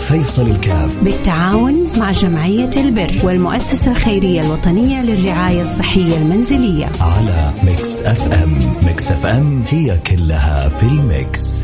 فيصل الكاف بالتعاون مع جمعية البر والمؤسسة الخيرية الوطنية للرعاية الصحية المنزلية على ميكس اف ام. ميكس اف ام هي كلها في الميكس.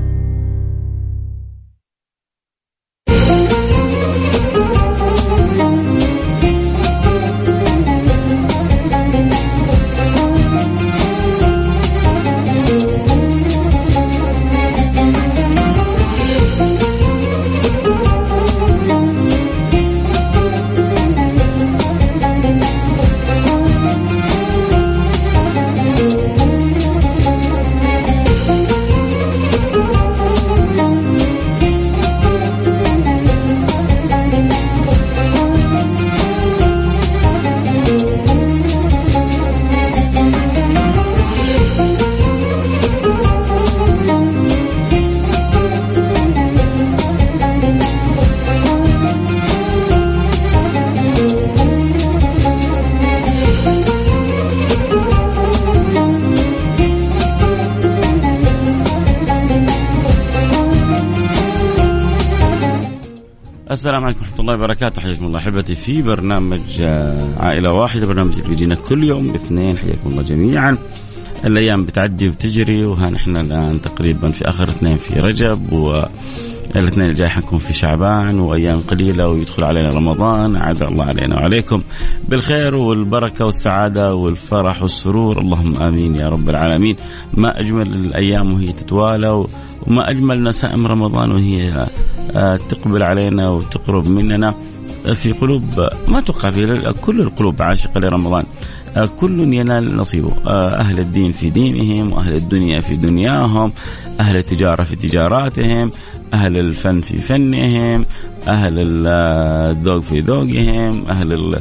السلام عليكم ورحمة الله وبركاته. حياكم الله أحبتي في برنامج عائلة واحدة، برنامج بيجينا كل يوم اثنين. حياكم الله جميعا. الأيام بتعدي وبتجري، وها نحن الآن تقريبا في آخر اثنين في رجب، والاثنين الجاي حنكون في شعبان، وأيام قليلة ويدخل علينا رمضان. عاد الله علينا وعليكم بالخير والبركة والسعادة والفرح والسرور، اللهم آمين يا رب العالمين. ما أجمل الأيام وهي تتوالى، وما أجمل نسائم رمضان وهي تقبل علينا وتقرب مننا في قلوب ما توقع في كل القلوب عاشقة لرمضان. كل ينال نصيبه، أهل الدين في دينهم، وأهل الدنيا في دنياهم، أهل التجارة في تجاراتهم، أهل الفن في فنهم، أهل الذوق في ذوقهم، أهل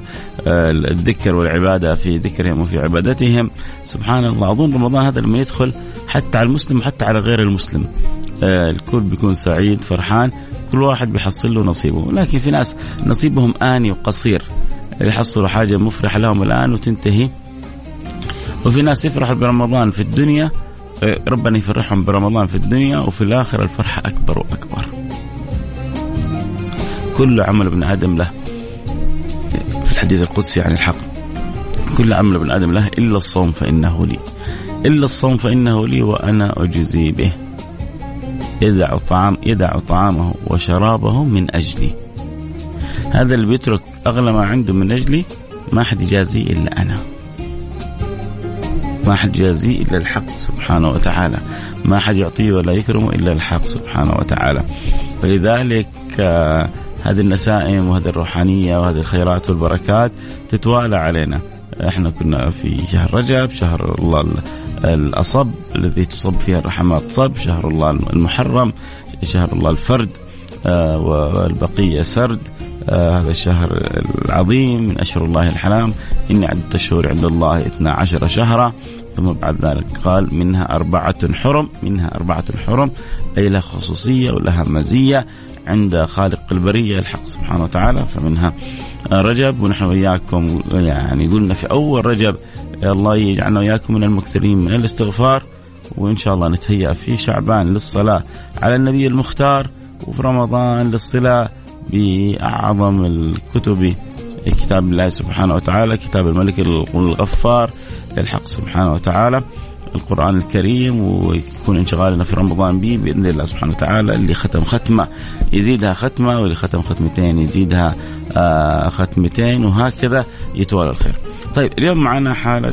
الذكر والعبادة في ذكرهم وفي عبادتهم. سبحان الله. أظن رمضان هذا لما يدخل حتى على المسلم وحتى على غير المسلم الكل بيكون سعيد فرحان، كل واحد بيحصل له نصيبه. لكن في ناس نصيبهم آني وقصير، يحصلوا حاجة مفرحة لهم الآن وتنتهي، وفي ناس يفرحوا برمضان في الدنيا، ربنا يفرحهم برمضان في الدنيا، وفي الآخرة الفرحة أكبر وأكبر. كل عمل ابن آدم له، في الحديث القدسي عن الحق، كل عمل ابن آدم له إلا الصوم فإنه لي، إلا الصوم فإنه لي وأنا أجزي به. يدع طعامه وشرابه من أجلي. هذا اللي بيترك أغلى ما عنده من أجلي ما حد يجازي إلا أنا، ما حد يجازي إلا الحق سبحانه وتعالى، ما حد يعطيه ولا يكرمه إلا الحق سبحانه وتعالى. فلذلك هذه النسائم وهذه الروحانية وهذه الخيرات والبركات تتوالى علينا. احنا كنا في شهر رجب، شهر الله الأصب الذي تصب فيها الرحمات صب، شهر الله المحرم، شهر الله الفرد والبقية سرد. هذا الشهر العظيم من أشهر الله الحرام، إن عدة الشهور عند الله 12 شهرا، ثم بعد ذلك قال منها 4 حرم، منها 4 حرم، أي لها خصوصية ولها مزية عند خالق البرية الحق سبحانه وتعالى. فمنها رجب، ونحن وياكم يعني قلنا في أول رجب الله يجعلنا وياكم من المكثرين من الاستغفار، وإن شاء الله نتهيأ في شعبان للصلاة على النبي المختار، وفي رمضان للصلاة بأعظم الكتب كتاب الله سبحانه وتعالى، كتاب الملك الغفار الحق سبحانه وتعالى، القرآن الكريم. ويكون انشغالنا في رمضان به بإذن الله سبحانه وتعالى. اللي ختم ختمة يزيدها ختمة، واللي ختم ختمتين يزيدها ختمتين، وهكذا يتوالى الخير. طيب اليوم معنا حالة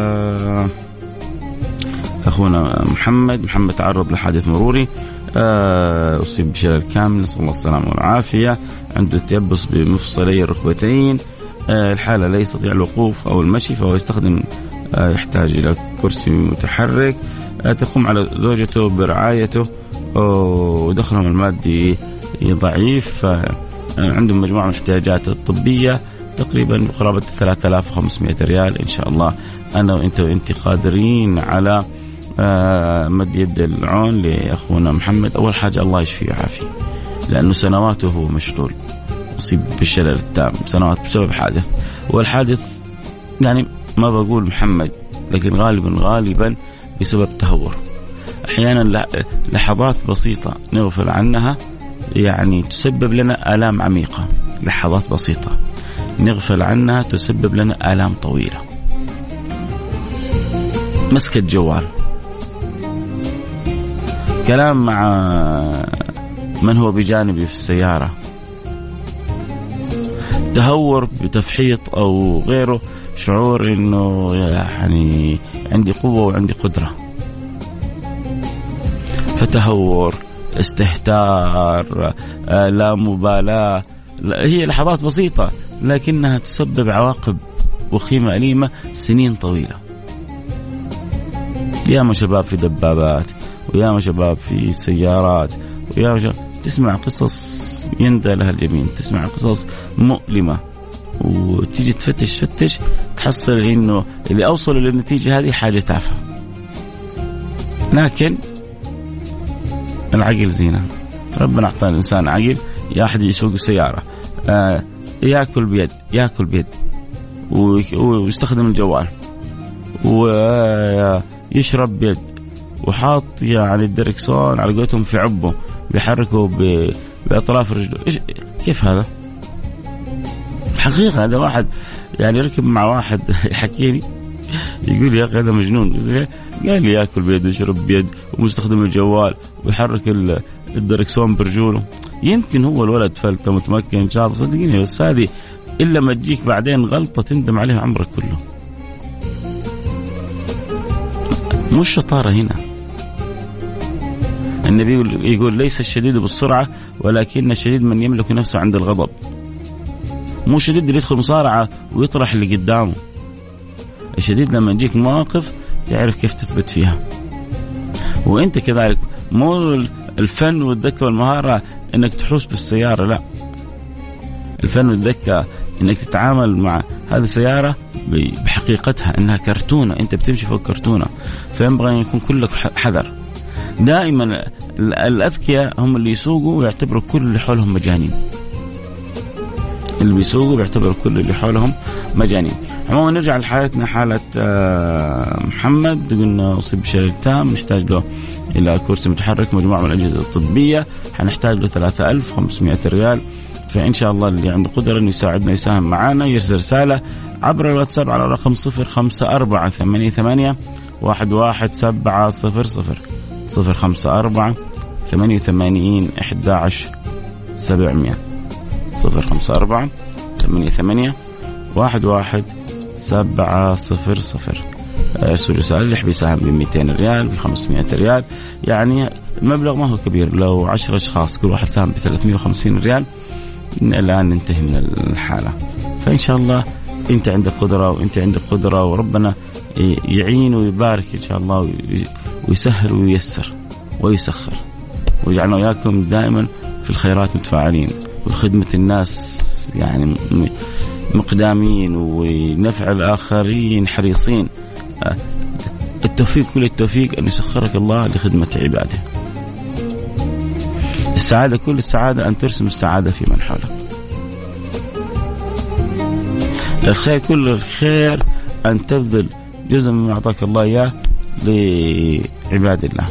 أخونا محمد تعرض لحادث مروري، أصيب بشلل كامل، نسأل الله السلامة والعافية. عنده تيبس بمفصلي الركبتين، الحالة لا يستطيع الوقوف أو المشي، فهو يحتاج إلى كرسي متحرك. تقوم على زوجته برعايته، ودخلهم المادي ضعيف، عندهم مجموعة من الاحتياجات الطبية تقريبا قرابة 3500 ريال. إن شاء الله أنا وإنت قادرين على مد يد العون لأخونا محمد. أول حاجة الله يشفيه ويعافيه، لأنه سنواته هو مشلول، أصيب بالشلل التام سنوات بسبب حادث. والحادث يعني ما بقول محمد، لكن غالبا بسبب تهور. أحيانا لحظات بسيطة نغفل عنها يعني تسبب لنا آلام عميقة، لحظات بسيطة نغفل عنها تسبب لنا آلام طويلة. مسكة جوال، كلام مع من هو بجانبي في السيارة، تهور بتفحيط أو غيره، شعور إنه يعني عندي قوة وعندي قدرة، فتهور، استهتار، لا مبالاة. هي لحظات بسيطة لكنها تسبب عواقب وخيمة أليمة سنين طويلة. ياما شباب في دبابات، وياما شباب في سيارات، وياما شباب تسمع قصص يندى لها الجبين، تسمع قصص مؤلمة، وتيجي تفتش تحصل إنه اللي أوصلوا للنتيجة هذه حاجة تافهة. لكن العقل زينة، ربنا أعطى الإنسان عقل. يا أحد يسوق السيارة يأكل بيد ويستخدم الجوال ويشرب بيد، وحاط يعني الدركسون على قولتهم في عبه بيحركه بأطراف رجله. كيف هذا؟ حقيقة هذا واحد يعني ركب مع واحد يحكيني يقول يا أخي هذا مجنون. قال لي يأكل بيد ويشرب بيد ومستخدم الجوال ويحرك الدركسون برجوله. يمكن هو الولد فلته متمكن شاطر صدقيني، بس هذه إلا ما تجيك بعدين غلطة تندم عليها عمرك كله. مش شطارة هنا. النبي يقول ليس الشديد بالسرعة ولكن الشديد من يملك نفسه عند الغضب. مو شديد اللي يدخل مصارعة ويطرح اللي قدامه، الشديد لما يجيك مواقف تعرف كيف تثبت فيها. وانت كذلك، مو الفن والذكاء والمهارة انك تحوس بالسيارة، لا، الفن والذكاء انك تتعامل مع هذه السيارة بحقيقتها انها كرتونة، انت بتمشي فوق كرتونة، فينبغي ان يكون كلك حذر. دائما الأذكياء هم اللي يسوقوا ويعتبروا كل اللي حولهم مجانين، اللي بيسوقوا بيعتبروا كل اللي حولهم مجانين. عموما نرجع لحالتنا، حالة محمد قلنا أصيب بشلل تام، نحتاج له إلى كرسي متحرك، مجموعة من الأجهزة الطبية، حنحتاج له 3500 ريال. فإن شاء الله اللي عنده قدرة إنه يساعدنا يساهم معنا يرسل رسالة عبر الواتساب على رقم 05488 11700 054 88 11 700 054 88 11 700. ارسل رسالة اللي يحب يساهم ب 200 ريال ب 500 ريال، يعني المبلغ ما هو كبير. لو 10 أشخاص كل واحد ساهم ب 350 ريال الآن ننتهي من الحالة. فإن شاء الله أنت عندك قدرة وأنت عندك قدرة، وربنا يعين ويبارك إن شاء الله ويسهل وييسر ويسخر، ويجعلنا وياكم دائما في الخيرات متفاعلين وخدمة الناس يعني مقدامين ونفع الآخرين حريصين. التوفيق كل التوفيق أن يسخرك الله لخدمة عباده. السعادة كل السعادة أن ترسم السعادة في من حولك. الخير كل الخير أن تبذل جزء مما أعطاك الله إياه لعباد الله.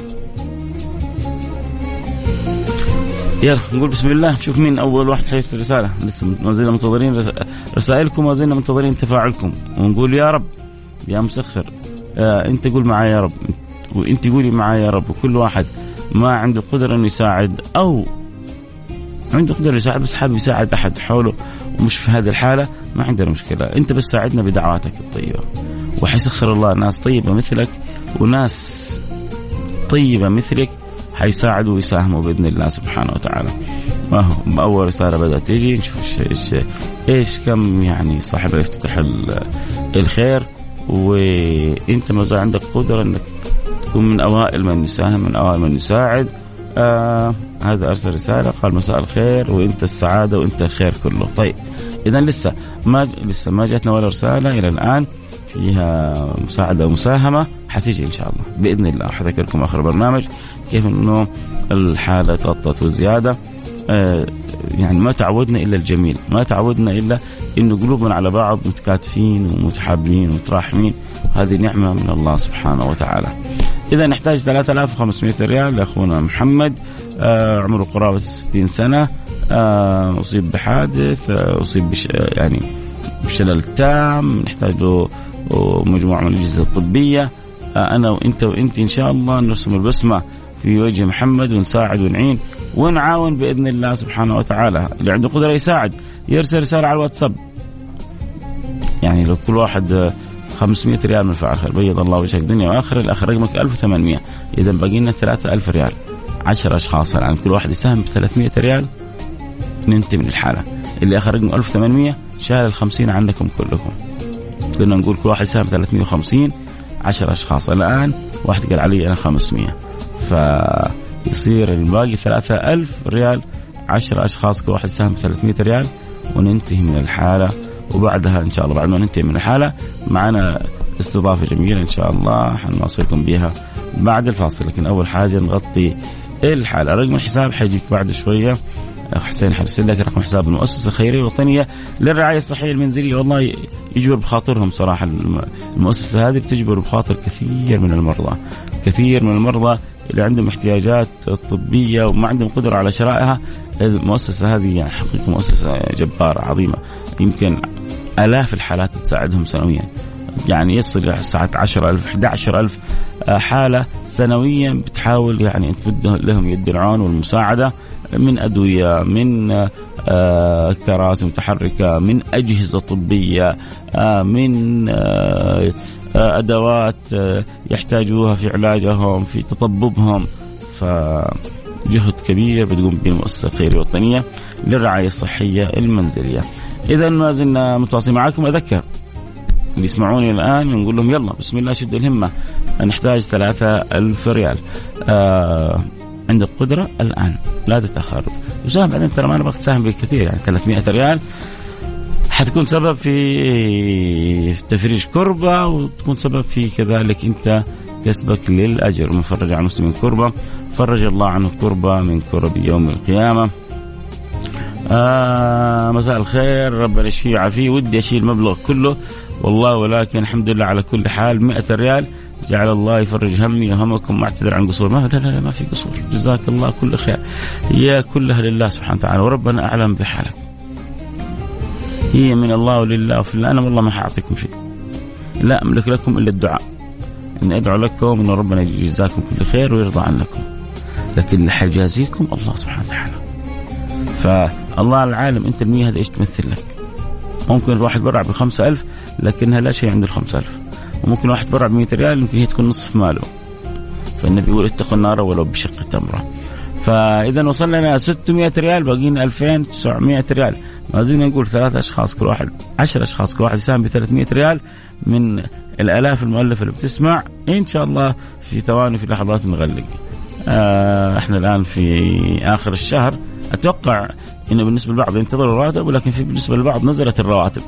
يلا نقول بسم الله، نشوف مين أول واحد حيرسل رسالة. لسه ما زلنا منتظرين رسائلكم، ما زلنا منتظرين تفاعلكم، ونقول يا رب يا مسخر. أنت قول معايا يا رب، وأنت قولي معايا يا رب. وكل واحد ما عنده قدرة إنه يساعد أو عنده قدرة يساعد بس حابب يساعد أحد حوله ومش في هذه الحالة، ما عندنا مشكلة. أنت بس ساعدنا بدعواتك الطيبة، وحيسخر الله ناس طيبة مثلك وناس طيبة مثلك حيساعدوا ويساهموا بإذن الله سبحانه وتعالى. ما هو بأول رسالة بدأت تيجي نشوف إيش كم يعني صاحب يفتتح الخير، وإنت ما زال عندك قدرة إنك تكون من أوائل من يساهم، من أوائل من يساعد. هذا أرسل رسالة قال مساء الخير وإنت السعادة وإنت الخير كله. طيب إذن لسه ما جاتنا ولا رسالة إلى الآن فيها مساعدة ومساهمة، حتيجي إن شاء الله بإذن الله. حذكركم آخر برنامج كيف إنه الحالة تغطت وزيادة. يعني ما تعودنا إلا الجميل، ما تعودنا إلا إنه قلوبنا على بعض متكاتفين ومتحابين ومتراحمين، هذه نعمة من الله سبحانه وتعالى. إذا نحتاج 3500 ريال لأخونا محمد. عمره قرابة 60 سنة، أصيب بحادث، أصيب يعني بشلل تام، نحتاج له مجموعة من الأجهزة الطبية. أنا وإنت إن شاء الله نرسم البسمة في وجه محمد ونساعد ونعين ونعاون بإذن الله سبحانه وتعالى. اللي عنده قدرة يساعد يرسل رسالة على الواتساب، يعني لو كل واحد 500 ريال من فعل خير بيض الله وجهك دنيا وآخرة. الآخر رقمك 1800، إذا باقي لنا 3000 ريال. 10 أشخاص الآن كل واحد يساهم ب300 ريال، ننتهي من الحالة. اللي آخر رقمه 1800 شال 50 عنكم كلكم. كنا نقول كل واحد يساهم 350، 10 أشخاص. الآن واحد قال علي أنا 500، فيصير الباقي 3000 ريال. 10 أشخاص كل واحد يساهم 300 ريال وننتهي من الحالة. وبعدها إن شاء الله بعد ما ننتهي من الحالة معنا استضافة جميلة إن شاء الله حنواصلكم بها بعد الفاصل. لكن أول حاجة نغطي الحالة. رقم الحساب حيجيك بعد شوية، حسين حرسل لك رقم حساب المؤسسة الخيرية الوطنية للرعاية الصحية المنزلية. والله يجبر بخاطرهم صراحة، المؤسسة هذه بتجبر بخاطر كثير من المرضى، كثير من المرضى اللي عندهم احتياجات طبية وما عندهم قدرة على شرائها. المؤسسة هذه يعني حقيقة مؤسسة جبارة عظيمة، يمكن آلاف الحالات تساعدهم سنويا، يعني يصل إلى ساعات 10,000 11,000 حالة سنويا بتحاول يعني تمد لهم يد العون والمساعدة، من أدوية، من كراسي متحركة، من أجهزة طبية، من أدوات يحتاجوها في علاجهم، في تطببهم. فجهد كبير بتقوم به المؤسسة الخيرية الوطنية للرعاية الصحية المنزلية. إذا ما زلنا متواصلين معكم. أذكر اللي يسمعوني الآن نقول لهم يلا بسم الله شدوا الهمة، نحتاج 3000 ريال. عندك قدرة الآن لا تتأخر وساهم. بعدين ترى ما أنا بغيت تساهم بالكثير، يعني 300 ريال حتكون سبب في تفريج كربة، وتكون سبب في كذلك أنت كسبك للأجر. من فرج عن مسلم كربة فرج الله عنه كربة من كرب يوم القيامة. مساء الخير، ربنا يشفيه ويعافيه. ودي أشيل المبلغ كله والله، ولكن الحمد لله على كل حال 100 ريال. جعل الله يفرج همي وهمكم، واعتذر عن قصور. لا ما في قصور، جزاك الله كل خير، هي كلها لله سبحانه وتعالى، وربنا أعلم بحالك. هي من الله ولله وفي الله. أنا والله ما حأعطيكم شيء، لا أملك لكم إلا الدعاء، إن أدعو لكم إن ربنا يجزاكم كل خير ويرضى عنكم، لكن اللي حيجازيكم الله سبحانه وتعالى. فالله العالم أنت المية هذا إيش تمثل لك. ممكن الواحد برع ب5,000 لكنها لا شيء عند 5,000، وممكن واحد برع ب100 ريال يمكن هي تكون نصف ماله. فالنبي يقول اتقوا النار ولو بشق تمرة. فإذا وصلنا لنا 600 ريال، باقينا 2900 ريال. ما زلنا نقول 3 أشخاص كل واحد، 10 أشخاص كل واحد يساهم ب300 ريال من الآلاف المؤلفة اللي بتسمع. إن شاء الله في ثواني في لحظات نغلق. احنا الآن في آخر الشهر، أتوقع إنه بالنسبة للبعض ينتظر الرواتب، ولكن بالنسبة للبعض نزلت الرواتب،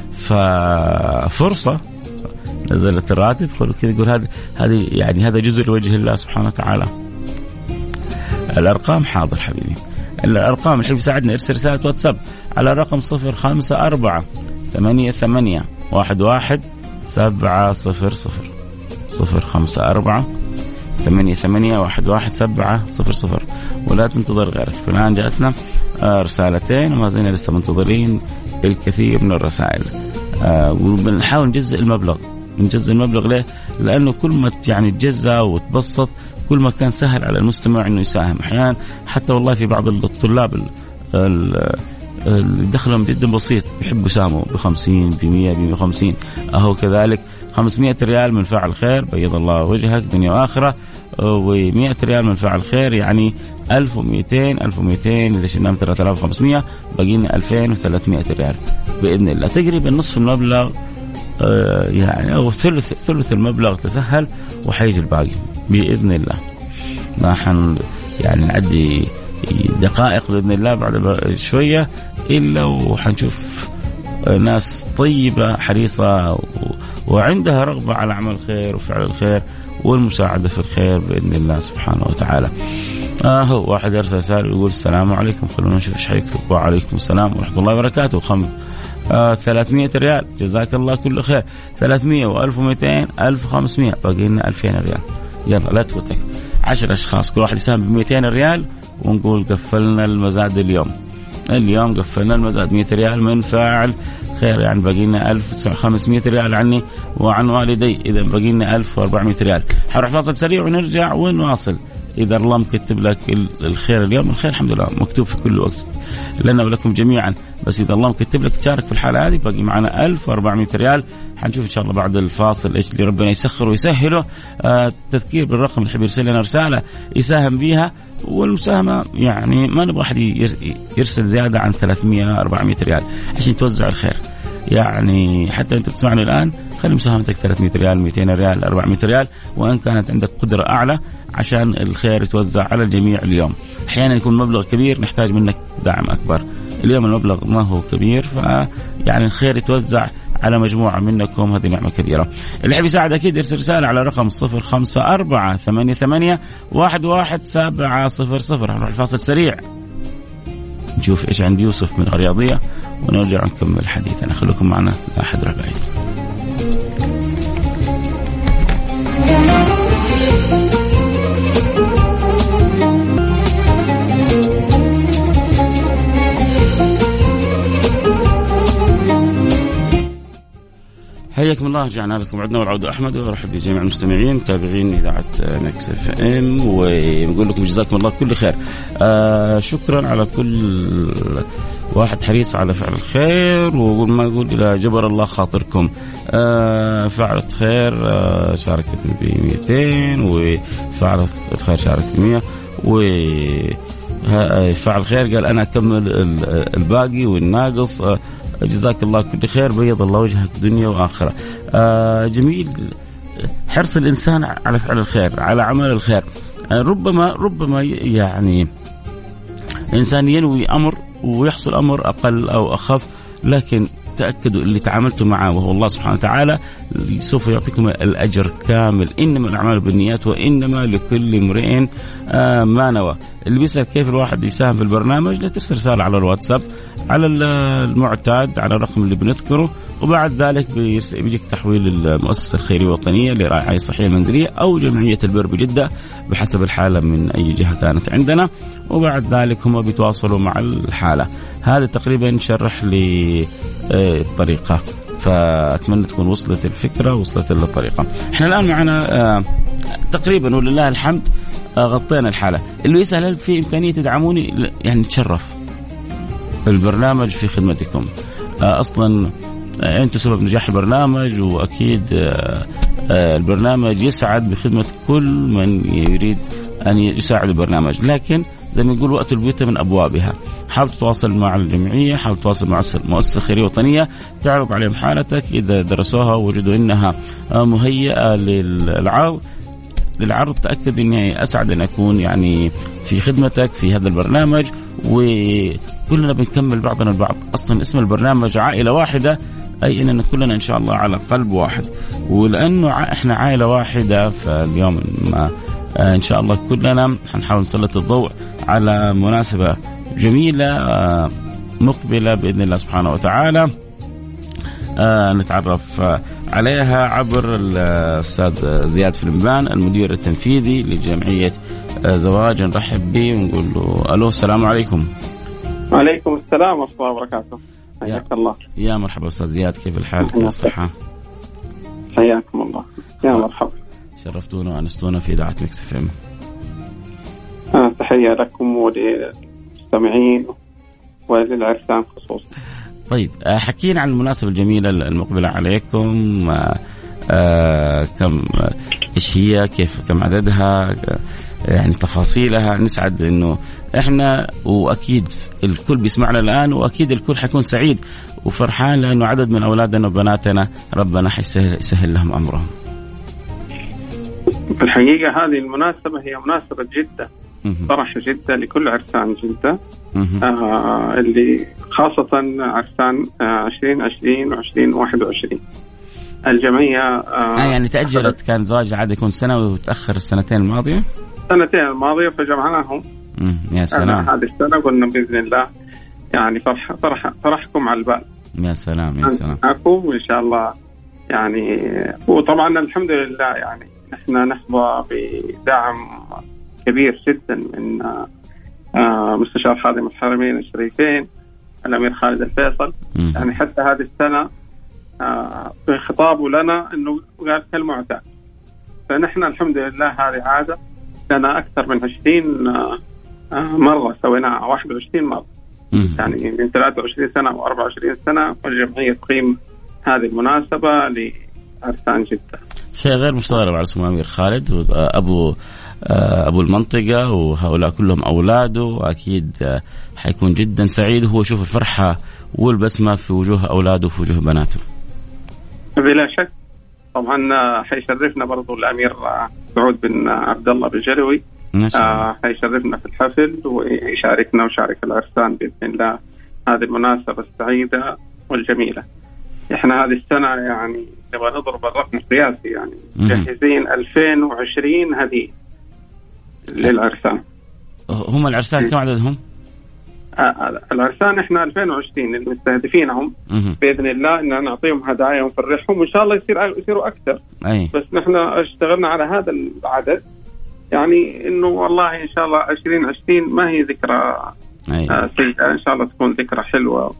ففرصة نزلت الراتب. خلوا كذا يقول هذه يعني هذا جزء لوجه الله سبحانه وتعالى. الأرقام حاضر حبيبي، الأرقام الحين يساعدنا. ارسل رسالة واتساب على رقم 054 88 11 700 054 88 11 700. ولا تنتظر غيرك. الآن جاءتنا رسالتين وما زلنا لسه منتظرين الكثير من الرسائل. وبنحاول نجزء المبلغ. ليه؟ لأنه كل ما يعني تجزأ وتبسط كل ما كان سهل على المستمع إنه يساهم. أحيانا حتى والله في بعض الطلاب اللي دخلهم جدا بسيط يحبوا يساهموا ب50 ب100 ب150. أهو كذلك 500 ريال من فاعل خير بيض الله وجهك دنيا وآخرة، و100 ريال من فاعل خير يعني 1200 إذا شلناهم 3500 بقينا 2300 ريال بإذن الله. تقريبا نصف المبلغ يعني أو ثلث المبلغ تسهل، وحيجي الباقي بإذن الله. ما حن يعني نعدي دقائق بإذن الله بعد شوية إلا وحنشوف ناس طيبة حريصة وعندها رغبة على عمل الخير وفعل الخير والمساعدة في الخير بإذن الله سبحانه وتعالى. هو واحد أرسل رسالة يقول السلام عليكم، خلونا نشوف إيش حيكتب. وعليكم السلام ورحمة الله وبركاته. 300 ريال جزاك الله كل خير. 300 و1200 1500 باقي لنا 2000 ريال. يلا لا تفوتك. 10 أشخاص كل واحد يساهم ب200 ريال ونقول قفلنا المزاد اليوم قفلنا المزاد 100 ريال من فاعل خير، يعني باقي لنا 1500 ريال عني وعن والدي، إذا باقي لنا 1400 ريال. حنروح فاصل سريع ونرجع ونواصل. إذا الله مكتب لك الخير اليوم، الخير الحمد لله مكتوب في كل وقت لنا ولكم جميعا، بس إذا الله مكتب لك تشارك في الحالة هذه باقي معنا 1400 ريال. حنشوف إن شاء الله بعد الفاصل إيش اللي ربنا يسخر ويسهله. تذكير بالرقم اللي حبي يرسل لنا رسالة يساهم بيها، والمساهمة يعني ما نبغى أحد يرسل زيادة عن 300-400 ريال عشان توزع الخير. يعني حتى أنت تسمعني الآن خلي مساهمتك 300 ريال 200 ريال 400 ريال، وإن كانت عندك قدرة أعلى عشان الخير يتوزع على الجميع اليوم. أحيانا يكون مبلغ كبير نحتاج منك دعم أكبر، اليوم المبلغ ما هو كبير، فيعني الخير يتوزع على مجموعة منكم، هذه نعمة كبيرة. اللي يحب يساعد أكيد يرسل رسالة على رقم 0548811700. هنروح الفاصل سريع نشوف إيش عند يوسف من الرياضية ونرجع نكمل حديثنا. خلوكم معنا لا أحد بعيد. حياكم الله، رجعنا لكم عدنا والعودة أحمد، وأرحب بجميع المستمعين متابعين إذاعة ميكس اف ام، ونقول لكم جزاكم الله كل خير. شكرا على كل واحد حريص على فعل الخير، وقول ما أقول إلى جبر الله خاطركم. فعلت خير شاركت ب 200، وفعل الخير شارك ب 100، وفعل خير قال أنا أكمل الباقي والناقص. جزاك الله كل خير، بيض الله وجهك دنيا وآخرة. جميل حرص الإنسان على فعل الخير، على عمل الخير. ربما يعني الإنسان ينوي أمر ويحصل أمر أقل أو أخف، لكن تأكدوا اللي تعاملتوا معه وهو الله سبحانه وتعالى سوف يعطيكم الأجر كامل. إنما الأعمال بالنيات وإنما لكل امرئ ما نوى. اللي بيسأل كيف الواحد يساهم في البرنامج، لا ترسل رسالة على الواتساب على المعتاد على الرقم اللي بنذكره، وبعد ذلك بيجيك تحويل المؤسسة الخيرية الوطنية لرعاية صحية منزلية أو جمعية البر بجدة بحسب الحالة من أي جهة كانت عندنا، وبعد ذلك هم بيتواصلوا مع الحالة. هذا تقريبا شرح لي الطريقة، فأتمنى تكون وصلت الفكرة وصلت الطريقة. احنا الآن معنا تقريبا ولله الحمد غطينا الحالة. اللي يسأل هل في إمكانية تدعموني، يعني نتشرف البرنامج في خدمتكم. أصلا أنتم سبب نجاح البرنامج، وأكيد البرنامج يسعد بخدمة كل من يريد أن يساعد البرنامج، لكن زي ما نقول وقت البيوت من أبوابها. حاول تتواصل مع الجمعية، حاول تتواصل مع مؤسسة خيرية وطنية، تعرض عليهم حالتك. إذا درسوها ووجدوا إنها مهيئة للعرض تأكد إني أسعد أن أكون يعني في خدمتك في هذا البرنامج، وكلنا بنكمل بعضنا البعض. أصلا اسم البرنامج عائلة واحدة، أي أننا كلنا إن شاء الله على قلب واحد، ولأنه إحنا عائلة واحدة فاليوم ما إن شاء الله كلنا حنحاول نسلط الضوء على مناسبة جميلة مقبلة بإذن الله سبحانه وتعالى نتعرف عليها عبر الأستاذ زياد فلمبان المدير التنفيذي لجمعية زواج. نرحب به ونقول له ألو، السلام عليكم. وعليكم السلام ورحمة الله وبركاته. حياك الله. يا مرحبا أستاذ زياد، كيف الحال؟ كيف الصحة؟ حياكم الله. يا مرحبا، شرفتونا وأنستونا في إذاعة ميكس اف ام. تحية لكم وللمستمعين وللعرسان خصوصا. طيب حكينا عن المناسبة الجميلة المقبلة عليكم. كم إيش هي، كيف كم عددها، يعني تفاصيلها. نسعد إنه إحنا وأكيد الكل بيسمعنا الآن، وأكيد الكل حيكون سعيد وفرحان لأنه عدد من أولادنا وبناتنا ربنا يسهل لهم أمرهم. في الحقيقة هذه المناسبة هي مناسبة جدة، فرح جدة لكل عرسان جدة، اللي خاصة عرسان 2020 و2021. الجمعية يعني تأجلت، كان زواج عادي يكون سنوي وتأخر السنتين الماضية فجمعناهم. يا سلام. هذه السنة قلنا بإذن الله يعني فرحكم على البال. يا سلام يا سلام. معكم إن شاء الله يعني. وطبعا الحمد لله يعني احنا نحظى بدعم كبير جدا من مستشار خادم الحرمين الشريفين الأمير خالد الفيصل. يعني حتى هذه السنة في خطابه لنا أنه قال كالمعتاد. فنحن الحمد لله هذه عادة لنا أكثر من 20 مرة سويناها، 21 مرة يعني من 23 سنة و 24 سنة، والجمعية تقيم هذه المناسبة لعرسان جدة. شيء غير مستغرب على اسمه أمير خالد، أبو المنطقة، وهؤلاء كلهم أولاده، وأكيد حيكون جدا سعيد وهو يشوف الفرحة والبسمة في وجوه أولاده وفي وجوه بناته. بلا شك طبعا حيشرفنا برضو الأمير سعود بن عبد الله بالجلوي، حيشرفنا في الحفل ويشاركنا وشارك العرسان بإذن الله هذه المناسبة السعيدة والجميلة. احنا هذه السنة يعني نبغى نضرب الرقم القياسي، يعني جاهزين 2020 هدية للعرسان. هم العرسان كم عددهم؟ العرسان احنا 2020 المستهدفينهم بإذن الله إن نعطيهم هدايا ونفرحهم، وإن شاء الله يصيروا أكثر. بس نحن اشتغلنا على هذا العدد، يعني إنه والله إن شاء الله 2020 ما هي ذكرى سيئة، إن شاء الله تكون ذكرى حلوة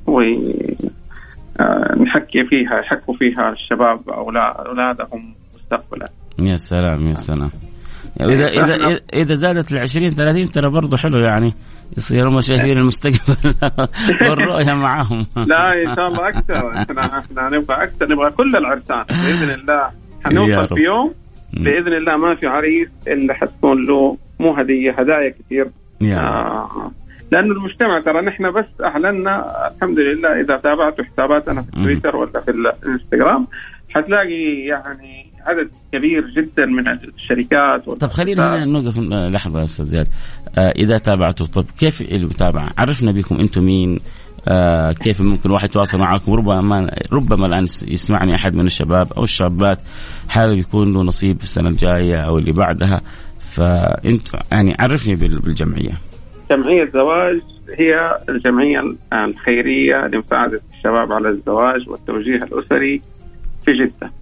يحكوا فيها الشباب أولادهم مستقبلا. يا سلام يا سلام. إذا زادت 20-30 ترى برضو حلو، يعني يصيروا مشاهير المستقبل والرؤية معهم. لا إن شاء الله أكثر، احنا نبغى أكثر، نبغى كل العرسان بإذن الله. حنوصل في يوم بإذن الله ما في عريس إلا حتكون له مو هدايا كثير. لأن المجتمع ترى نحن بس أعلنا الحمد لله. إذا تابعتوا حساباتنا في تويتر ولا في الانستغرام حتلاقي يعني عدد كبير جدا من الشركات. طب خلينا نوقف لحظة يا أستاذ زياد. إذا تابعتوا، طب كيف المتابعة؟ عرفنا بكم أنتم مين، كيف ممكن واحد يتواصل معكم؟ ربما الآن يسمعني أحد من الشباب أو الشابات حابب يكون له نصيب في السنة الجاية أو اللي بعدها، فأنت يعني عرفني بالجمعية. جمعية زواج هي الجمعية الخيرية لمساعدة الشباب على الزواج والتوجيه الأسري في جدة.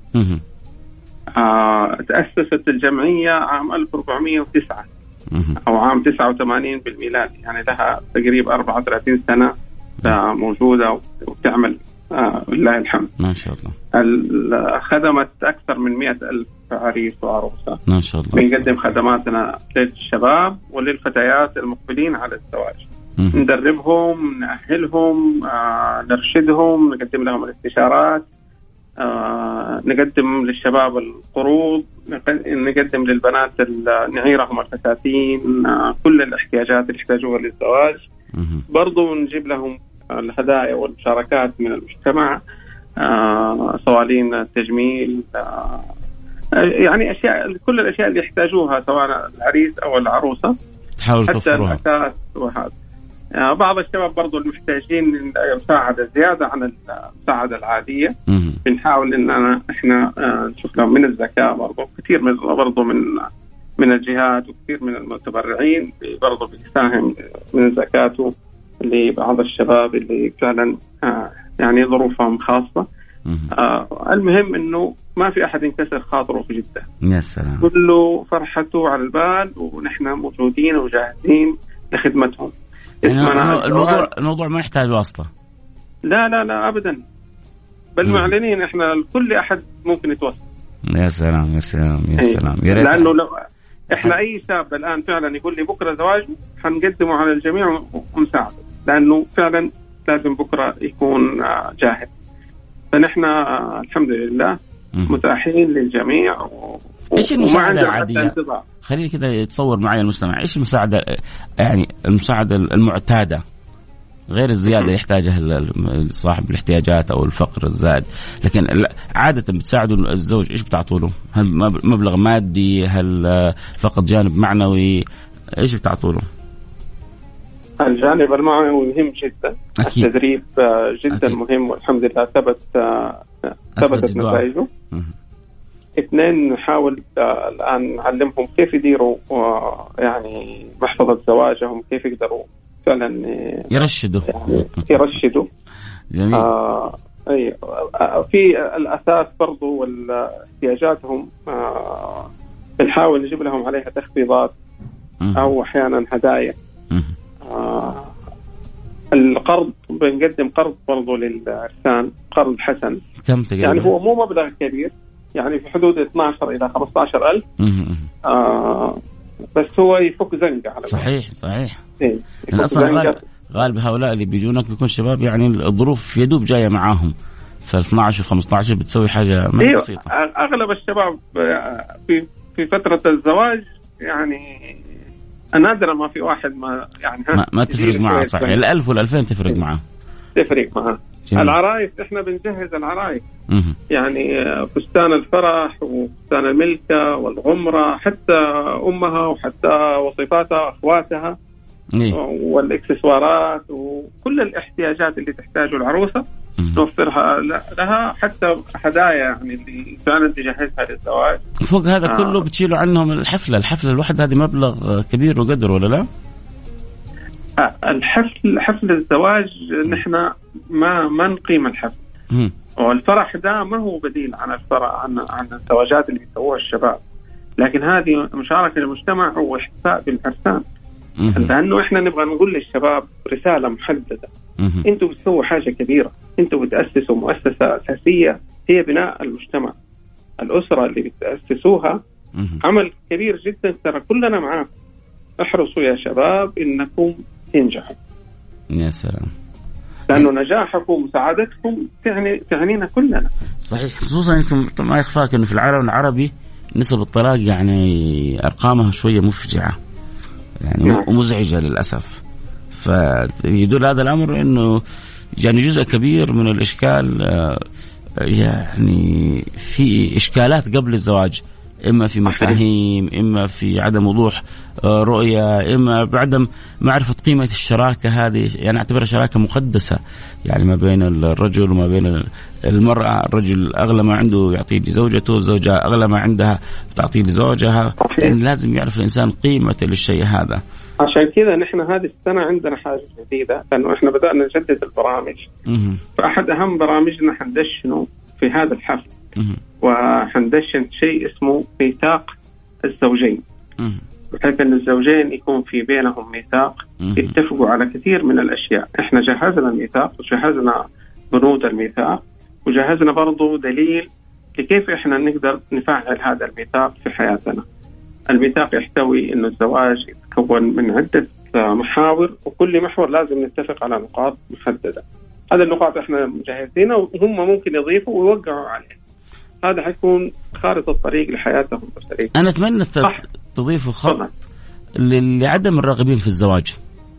تأسست الجمعية عام 1409 أو عام 89 بالميلاد، يعني لها تقريبا 34 سنة موجودة وتعمل لله الحمد ما شاء الله. خدمت أكثر من 100,000 عريس وعروسة ما شاء الله. بنقدم خدماتنا للشباب وللفتيات المقبلين على الزواج، ندربهم، نأهلهم، نرشدهم، نقدم لهم الاستشارات، نقدم للشباب القروض، نقدم للبنات نعيرهم الفساتين، كل الاحتياجات اللي يحتاجوها للزواج. برضو نجيب لهم الهدايا والمشاركات من المجتمع، صوالين التجميل، يعني أشياء، كل الأشياء اللي يحتاجوها سواء العريس أو العروسة، تحاول توفرها. حتى الأساس وهذا. بعض الشباب برضو المحتاجين مساعدة زيادة عن المساعدة العادية، بنحاول إننا إحنا نشوف لهم من الزكاة، برضو كثير برضو من الجهات وكثير من المتبرعين برضو بيساهم من زكاته لبعض الشباب اللي فعلا يعني ظروفهم خاصة. المهم إنه ما في أحد ينكسر خاطره في جدة. يا سلام. كله فرحته على البال، ونحن موجودين وجاهزين لخدمتهم. يعني الموضوع ما يحتاج واسطة. لا أبدا، بل معلنين إحنا لكل أحد ممكن يتوصل. يا سلام يا سلام يا سلام. لأنه لو إحنا أي شاب الآن فعلا يقول لي بكرة زواج، حنقدمه على الجميع ومساعده، لأنه فعلا لازم بكرة يكون جاهز. فنحن الحمد لله متاحين للجميع. إيش المساعدة العادية؟ خليني كذا يتصور معي المستمع، إيش المساعدة، يعني المساعدة المعتادة غير الزيادة يحتاجها صاحب الاحتياجات أو الفقر الزائد، لكن عادة بتساعدوا الزوج، إيش بتعطوا له؟ هل مبلغ مادي؟ هل فقط جانب معنوي؟ إيش بتعطوا له؟ الجانب المعنوي مهم جدا. أكيد. التدريب جدا أكيد. مهم، والحمد لله ثبتت نتائجه. 2 نحاول الآن نعلمهم كيف يديروا يعني محفظة زواجهم، كيف يقدروا فعلا يرشدوا. جميل. في الأساس برضو والاحتياجاتهم بنحاول نجيب لهم عليها تخفيضات أو أحيانا هدايا القرض بنقدم قرض برضو للعرسان، قرض حسن. كم تقريبا؟ يعني هو مو مبلغ كبير، يعني في حدود 12 إلى 15,000. بس هو يفك زنقة على صحيح. أصلا غالب هؤلاء اللي بيجونك بيكون شباب يعني الظروف يدوب جاية معاهم، ف12 و15 بتسوي حاجة ما بسيطة. أغلب الشباب في فترة الزواج يعني نادرا ما في واحد ما تفرق معه. صحيح، 1000 وال2000 تفرق معه. العرايس احنا بنجهز العرايس، يعني فستان الفرح وفستان الملكة والغمرة، حتى أمها وحتى وصفاتها أخواتها والاكسسوارات وكل الاحتياجات اللي تحتاجه العروسة نوفرها لها، حتى هدايا يعني اللي فعلا تجهزها للزواج. فوق هذا كله بتشيلوا عنهم الحفلة الواحدة هذه مبلغ كبير وقدر ولا لا؟ حفل الزواج نحن ما نقيم الحفل، والفرح ده ما هو بديل عن الفرح عن الزواجات اللي بيسووها الشباب، لكن هذه مشاركة المجتمع واحتفاء بالعرسان. لأنه إحنا نبغى نقول للشباب رسالة محددة، أنتوا بتسووا حاجة كبيرة، أنتوا بتأسسوا مؤسسة أساسية هي بناء المجتمع. الأسرة اللي بتأسسوها عمل كبير جدا، ترى كلنا معاكم، احرصوا يا شباب إنكم تنجحوا. يا سلام، لأنه نجاحكم ومساعدتكم تعنينا كلنا. صحيح، خصوصا أنتم ما يخفاك أنه في العالم العربي نسب الطلاق يعني أرقامها شوية مفجعة يعني ومزعجة للأسف. فيدل هذا الأمر أنه يعني جزء كبير من الإشكال يعني في إشكالات قبل الزواج، إما في مفاهيم، إما في عدم وضوح رؤية، إما بعدم معرفة قيمة الشراكة هذه. يعني أعتبرها شراكة مقدسة يعني ما بين الرجل وما بين المرأة. الرجل أغلى ما عنده يعطيه لزوجته، الزوجة أغلى ما عندها بتعطيه لزوجها. يعني لازم يعرف الإنسان قيمة للشيء هذا. عشان كذا نحن هذه السنة عندنا حاجة جديدة، لأنه إحنا بدأنا نجدد البرامج. فأحد أهم برامجنا حندشنه في هذا الحفل، وحندشن شيء اسمه ميثاق الزوجين، بحيث أن الزوجين يكون في بينهم ميثاق يتفقوا على كثير من الأشياء. إحنا جهزنا الميثاق وجهزنا بنود الميثاق، وجهزنا برضو دليل لكيف إحنا نقدر نفعل هذا الميثاق في حياتنا. الميثاق يحتوي أن الزواج يتكون من عدة محاور، وكل محور لازم نتفق على نقاط محددة. هذه النقاط إحنا مجهزينها، وهم ممكن يضيفوا ويوقعوا عليها. هذا حيكون خارطة الطريق لحياتهم الأسرية. أنا أتمنى تضيفوا خط لعدم الراغبين في الزواج.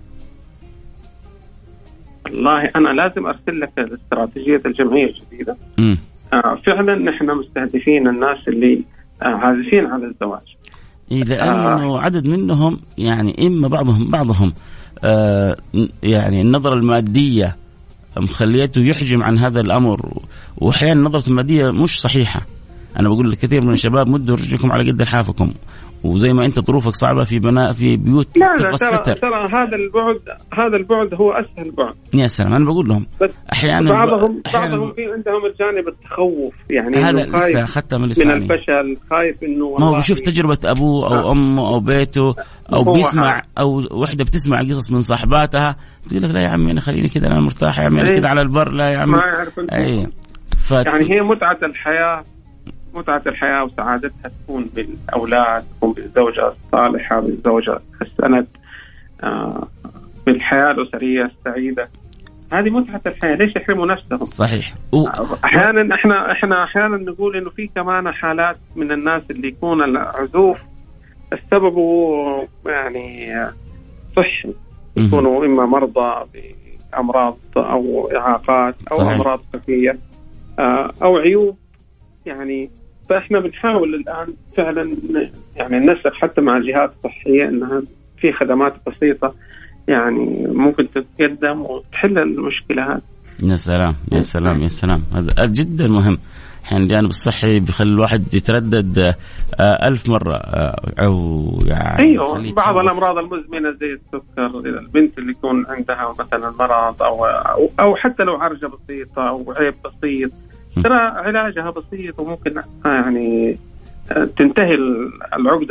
والله أنا لازم أرسل لك الاستراتيجية الجمعية الجديدة. فعلا نحن مستهدفين الناس اللي عازفين على الزواج، لأنه عدد منهم يعني إما بعضهم يعني النظرة المادية مخليته يحجم عن هذا الأمر، وأحيانا النظرة المادية مش صحيحة. أنا بقول لكثير من الشباب مدوا رجلكم على قد حافكم، وزي ما أنت ظروفك صعبة في بيوت تبغى الستر. ترى هذا البعد هو أسهل بعد. يا سلام، أنا بقول لهم بس أحيانا بعضهم في عندهم الجانب التخوف، يعني هذا لسه أخذتها من الفشل، خايف إنه ما هو بيشوف تجربة أبوه أو أمه أو بيته، أو بيسمع أو وحدة بتسمع قصص من صاحباتها تقول لك لا يا عمي أنا خليني كذا، أنا مرتاح يا عمي أنا كذا على البر، لا يا عمي ما يعرف. يعني هي متعة الحياة وسعادتها تكون بالأولاد، تكون بالزوجة الصالحة، بالزوجة السند، بالحياة الأسرية السعيدة. هذه متعة الحياة، ليش يحرموا نفسهم؟ صحيح. أحيانا إحنا أحيانا نقول إنه في كمان حالات من الناس اللي يكون العزوف السبب يعني صحي، يكونوا إما مرضى بأمراض أو إعاقات أو صحيح. أمراض خفية أو عيوب يعني. فإحنا بنحاول الآن فعلا يعني ننسق حتى مع الجهات الصحية أنها في خدمات بسيطة يعني ممكن تتقدم وتحل المشكلة هذه. يا سلام يا سلام يا سلام، هذا جدا مهم. يعني الجانب الصحي بيخلي الواحد يتردد 1000 مرة أو يعني أيوه. بعض الأمراض المزمنة زي السكر، البنت اللي يكون عندها مثلا مرض أو حتى لو عرجة بسيطة أو عيب بسيط، ترى علاجها بسيط وممكن يعني تنتهي العقدة هذه.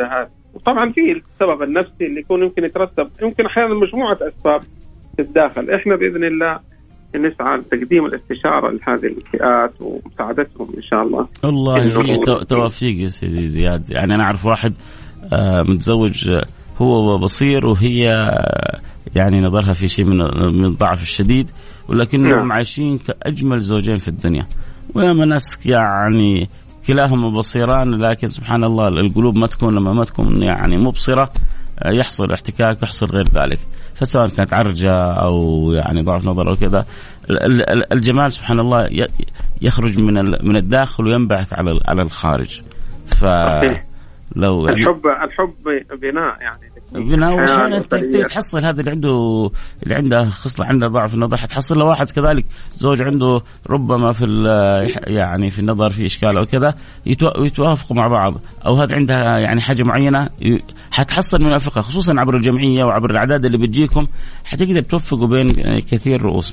وطبعا في السبب النفسي اللي يمكن يترتب، يمكن أحيانا مجموعة أسباب تتداخل. إحنا بإذن الله نسعى لتقديم الاستشارة لهذه الفئات ومساعدتهم إن شاء الله. الله هي توفيق يا سيدي زياد. يعني أنا أعرف واحد متزوج هو بصير وهي يعني نظرها في شيء من الضعف الشديد، ولكنهم عايشين كأجمل زوجين في الدنيا، وياما ناس يعني كلاهما بصيران، لكن سبحان الله القلوب ما تكون لما ما تكون يعني مبصرة يحصل احتكاك يحصل غير ذلك. فسواء كانت عرجة أو يعني ضعف نظر أو كذا، الجمال سبحان الله يخرج من الداخل وينبعث على الخارج. لو الحب بناء، يعني بناء. وأحيانا تحصل هذا اللي عنده خصلة عنده ضعف النظر، حتحصل له واحد كذلك زوج عنده ربما في يعني في النظر في إشكال أو كذا، يتوافقوا مع بعض، أو هذا عندها يعني حاجة معينة حتحصل موافقة، خصوصا عبر الجمعية وعبر الأعداد اللي بتجيكم حتقدر توفقوا بين كثير رؤوس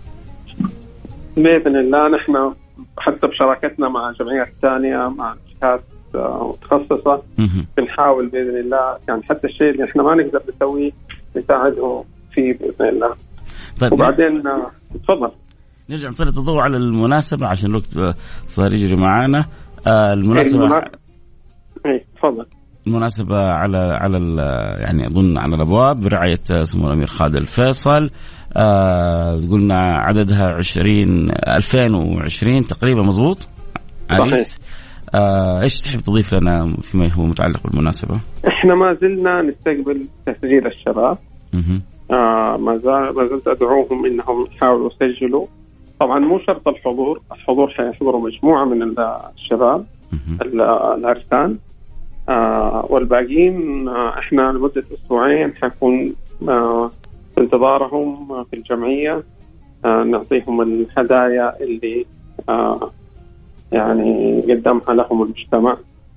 بإذن الله. نحن حتى بشراكتنا مع جمعيات ثانية مع جهات متخصصة بنحاول بإذن الله، يعني حتى الشيء اللي احنا ما نقدر نسويه نساعده فيه بإذن الله. طيب وبعدين تفضل نرجع نسلط الضوء على المناسبة عشان الوقت صار يجري معانا. المناسبة تفضل. المناسبة على يعني أظن على الأبواب برعاية سمو الأمير خالد الفيصل. قلنا عددها 2020 تقريبا، مظبوط؟ صحيح. إيش تحب تضيف لنا فيما هو متعلق بالمناسبة؟ إحنا ما زلنا نستقبل تسجيل الشباب. ما زلت أدعوهم إنهم يحاولوا يسجلوا. طبعا مو شرط الحضور حيحضروا مجموعة من الشباب العرسان، والباقيين إحنا لمدة أسبوعين حيكون في انتظارهم في الجمعية. نعطيهم الهدايا اللي يعني قدمها لهم المجتمع.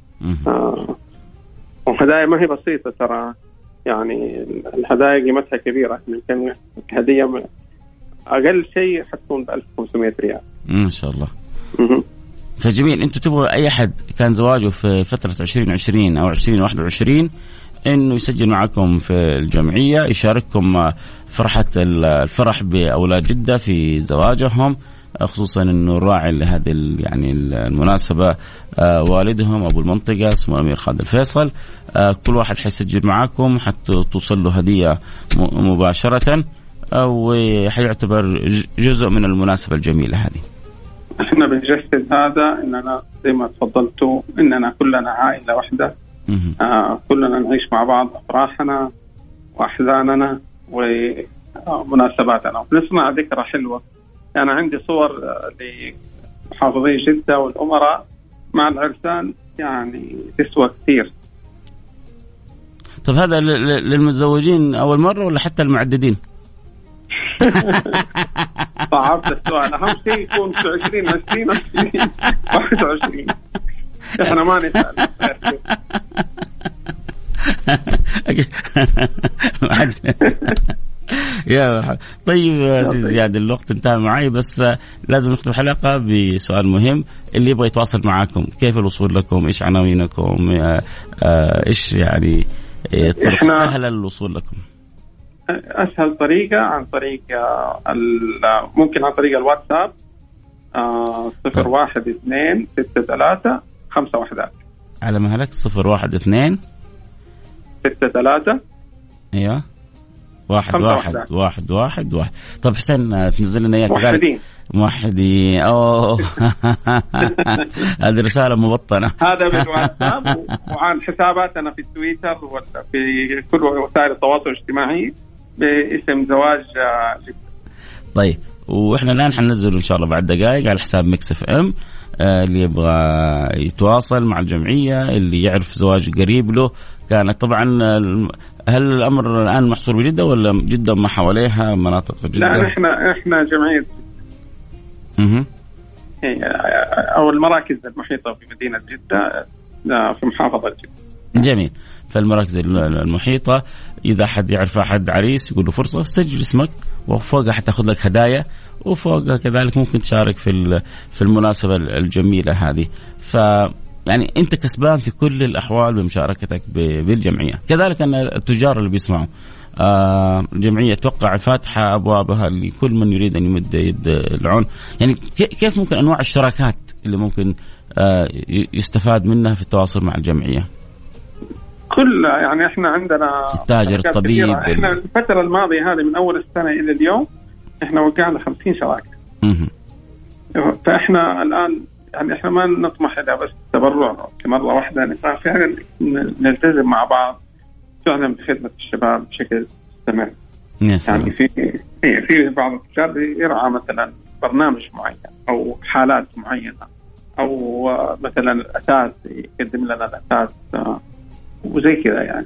وهدايا ما هي بسيطة ترى، يعني الهدايا قيمتها كبيرة. يمكن هدية أقل شيء حتكون ب1500 ريال ما شاء الله. فجميل. أنتوا تبغوا أي أحد كان زواجه في فترة 2020 أو 2021 إنه يسجل معكم في الجمعية، يشارككم الفرح بأولاد جدة في زواجهم، خصوصا إنه الراعي لهذه يعني المناسبة والدهم أبو المنطقة سمو الأمير خالد الفيصل. كل واحد حيسجل معاكم حتى توصل له هدية مباشرة، وحيعتبر جزء من المناسبة الجميلة هذه. احنا بنجسد هذا إننا زي ما تفضلتوا إننا كلنا عائلة واحدة. كلنا نعيش مع بعض أفراحنا وأحزاننا ومناسباتنا، ونسمع ذكرى حلوة. أنا عندي صور لمحافظي جدة والأمراء مع العرسان يعني تسوى كثير. طب هذا للمتزوجين أول مرة ولا حتى المعددين؟ صعبت السؤال. أهم شيء يكون في 20 20 20 21. إحنا ما نسأل. يا مرحبا. طيب يا سيدي زياد الوقت انتهى معي، بس لازم نختم الحلقة بسؤال مهم. اللي يبغى يتواصل معكم كيف الوصول لكم؟ ايش عناوينكم؟ ايش يعني الطرق السهلة للوصول لكم؟ اسهل طريقة عن طريق ممكن عن طريق الواتساب 01263 على مهلك 012 63 ايوه 111. طب حسين تنزل لنا اياه كذلك موحدين. اوه هذه رسالة مبطنة. هذا بالواتساب وعن حساباتنا في تويتر وفي كل وسائل التواصل الاجتماعي باسم زواج جدة. طيب واحنا الان حننزل ان شاء الله بعد دقائق على حساب ميكس اف ام. اللي يبغى يتواصل مع الجمعية، اللي يعرف زواج قريب له كانت طبعا. هل الأمر الآن محصور بجدة ولا جدة ما حواليها مناطق جدة؟ لا إحنا جمعية أو المراكز المحيطة في مدينة جدة في محافظة جدة. جميل. فالمراكز المحيطة إذا حد يعرف أحد عريس يقول له فرصة سجل اسمك، وفوقها حتاخذ لك هدايا، وفوقها كذلك ممكن تشارك في المناسبة الجميلة هذه. يعني أنت كسبان في كل الأحوال بمشاركتك بالجمعية. كذلك أن التجار اللي بيسمعوا الجمعية توقع فاتحة أبوابها لكل من يريد أن يمد يد العون. يعني كيف ممكن أنواع الشراكات اللي ممكن يستفاد منها في التواصل مع الجمعية؟ كل يعني احنا عندنا التاجر، الطبيب. احنا الفترة الماضية هذه من أول السنة إلى اليوم احنا وقعنا 50 شراكة. فاحنا الآن يعني احنا ما نطمح إلى بس تبرع مرة واحدة، نبغى فعلا نلتزم مع بعض فعلا بخدمة الشباب بشكل مستمر. يعني في بعض التجار يرعى مثلا برنامج معين أو حالات معينة، أو مثلا الأساس يقدم لنا الأساس وزي كذا يعني.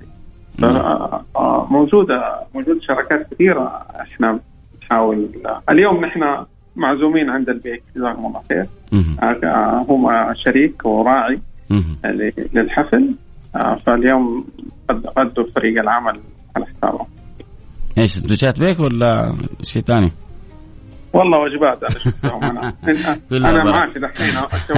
موجودة شراكات كثيرة احنا نحاول. اليوم نحن معزومين عند البيت جزاهم الله خير، هم شريك وراعي للحفل، فاليوم قدوا فريق العمل على حسابهم. ايش سندوتشات بيك ولا شيء ثاني؟ والله وجبات انا شفتهم. انا معك دحين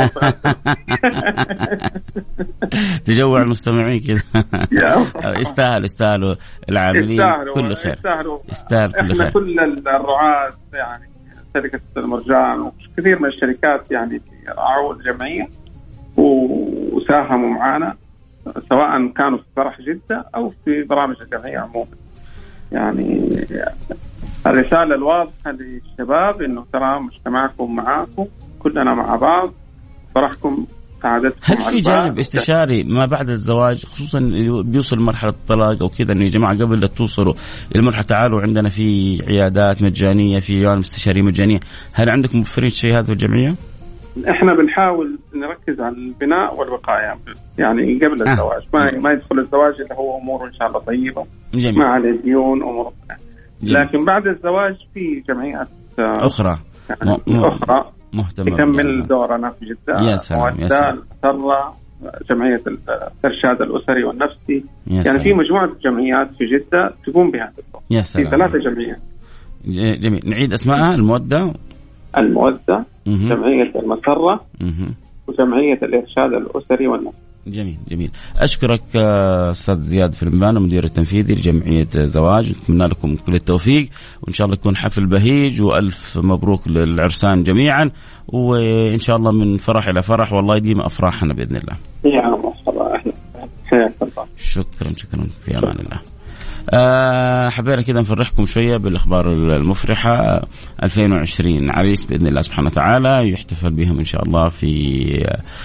تجوع المستمعين كذا. يستاهلوا العاملين كل خير، يستاهل كل خير. احنا كل الرعاة يعني شركة المرجان وكثير من الشركات يعني رعوا الجمعية وساهموا معنا، سواء كانوا في فرح جدة أو في برامج الجمعية عموما. يعني الرسالة الواضحة للشباب إنه ترى مجتمعكم معاكم، كلنا مع بعض، فرحكم سعادتكم. هل في جانب استشاري ما بعد الزواج، خصوصا بيوصل مرحلة الطلاق أو كذا، إنه يا جماعة قبل لا توصلوا المرحلة تعالوا عندنا في عيادات مجانية، في جوانب استشارية مجانية، هل عندكم موفرين شيء هذا في الجمعية؟ احنا بنحاول نركز على البناء والوقاية يعني قبل الزواج، ما يدخل الزواج اللي هو اموره ان شاء الله طيبة، ما عليه ديون امور، لكن بعد الزواج في جمعيات اخرى يعني اخرى مهتمة تكمل دورنا في جدة. يا سلام يا سلام. جمعية الإرشاد الأسري والنفسي، يعني في مجموعة جمعيات في جدة تقوم بهذا الدور. يا سلام. في 3 جمعيات. جميل. نعيد أسماءها: المودة، جمعية المسرة، وجمعية الإرشاد الأسري والنفسي. جميل. أشكرك أستاذ زياد فلمبان، مدير التنفيذي لجمعية زواج. نتمنى لكم كل التوفيق، وإن شاء الله يكون حفل بهيج، وألف مبروك للعرسان جميعا، وإن شاء الله من فرح إلى فرح، والله يديم أفراحنا بإذن الله. يا مرحبا، حياك الله. شكرا في أمان الله. حبينا كده نفرحكم شوية بالأخبار المفرحة. 2020 عريس بإذن الله سبحانه وتعالى يحتفل بهم إن شاء الله في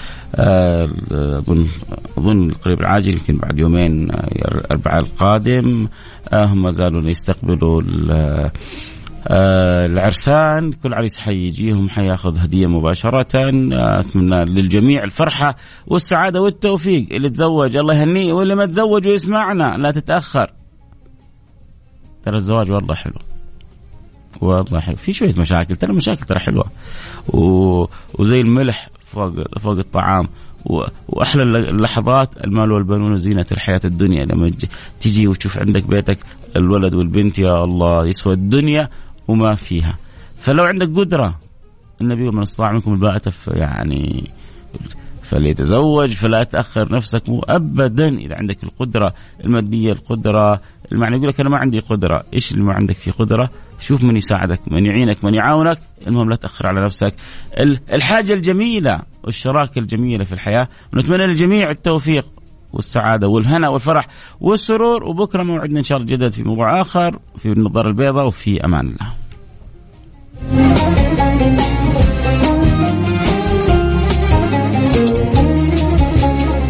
أظن القريب العاجل، يمكن بعد يومين الأربعاء القادم. هم زالوا يستقبلوا العرسان، كل عريس حيجيهم حياخذ هدية مباشرة. أتمنى للجميع الفرحة والسعادة والتوفيق. اللي تزوج الله يهنيه، واللي ما تزوج ويسمعنا لا تتأخر. ترى الزواج والله حلو، والله حلو. في شوية مشاكل، ترى مشاكل ترى حلوة، وزي الملح فوق الطعام. وأحلى اللحظات المال والبنون وزينة الحياة الدنيا. لما تيجي وتشوف عندك بيتك الولد والبنت، يا الله يسوى الدنيا وما فيها. فلو عندك قدرة، النبي من استطاع منكم الباءة يعني فليتزوج، فلا تأخر نفسك أبدا. إذا عندك القدرة المادية، القدرة المعنى، يقول لك أنا ما عندي قدرة، إيش اللي ما عندك في قدرة؟ شوف من يساعدك، من يعينك، من يعاونك. المهم لا تأخر على نفسك. الحاجة الجميلة والشراكة الجميلة في الحياة، ونتمنى للجميع التوفيق والسعادة والهنا والفرح والسرور. وبكرة موعدنا إن شاء الله جدد في موضوع آخر في النظارة البيضاء، وفي أمان الله.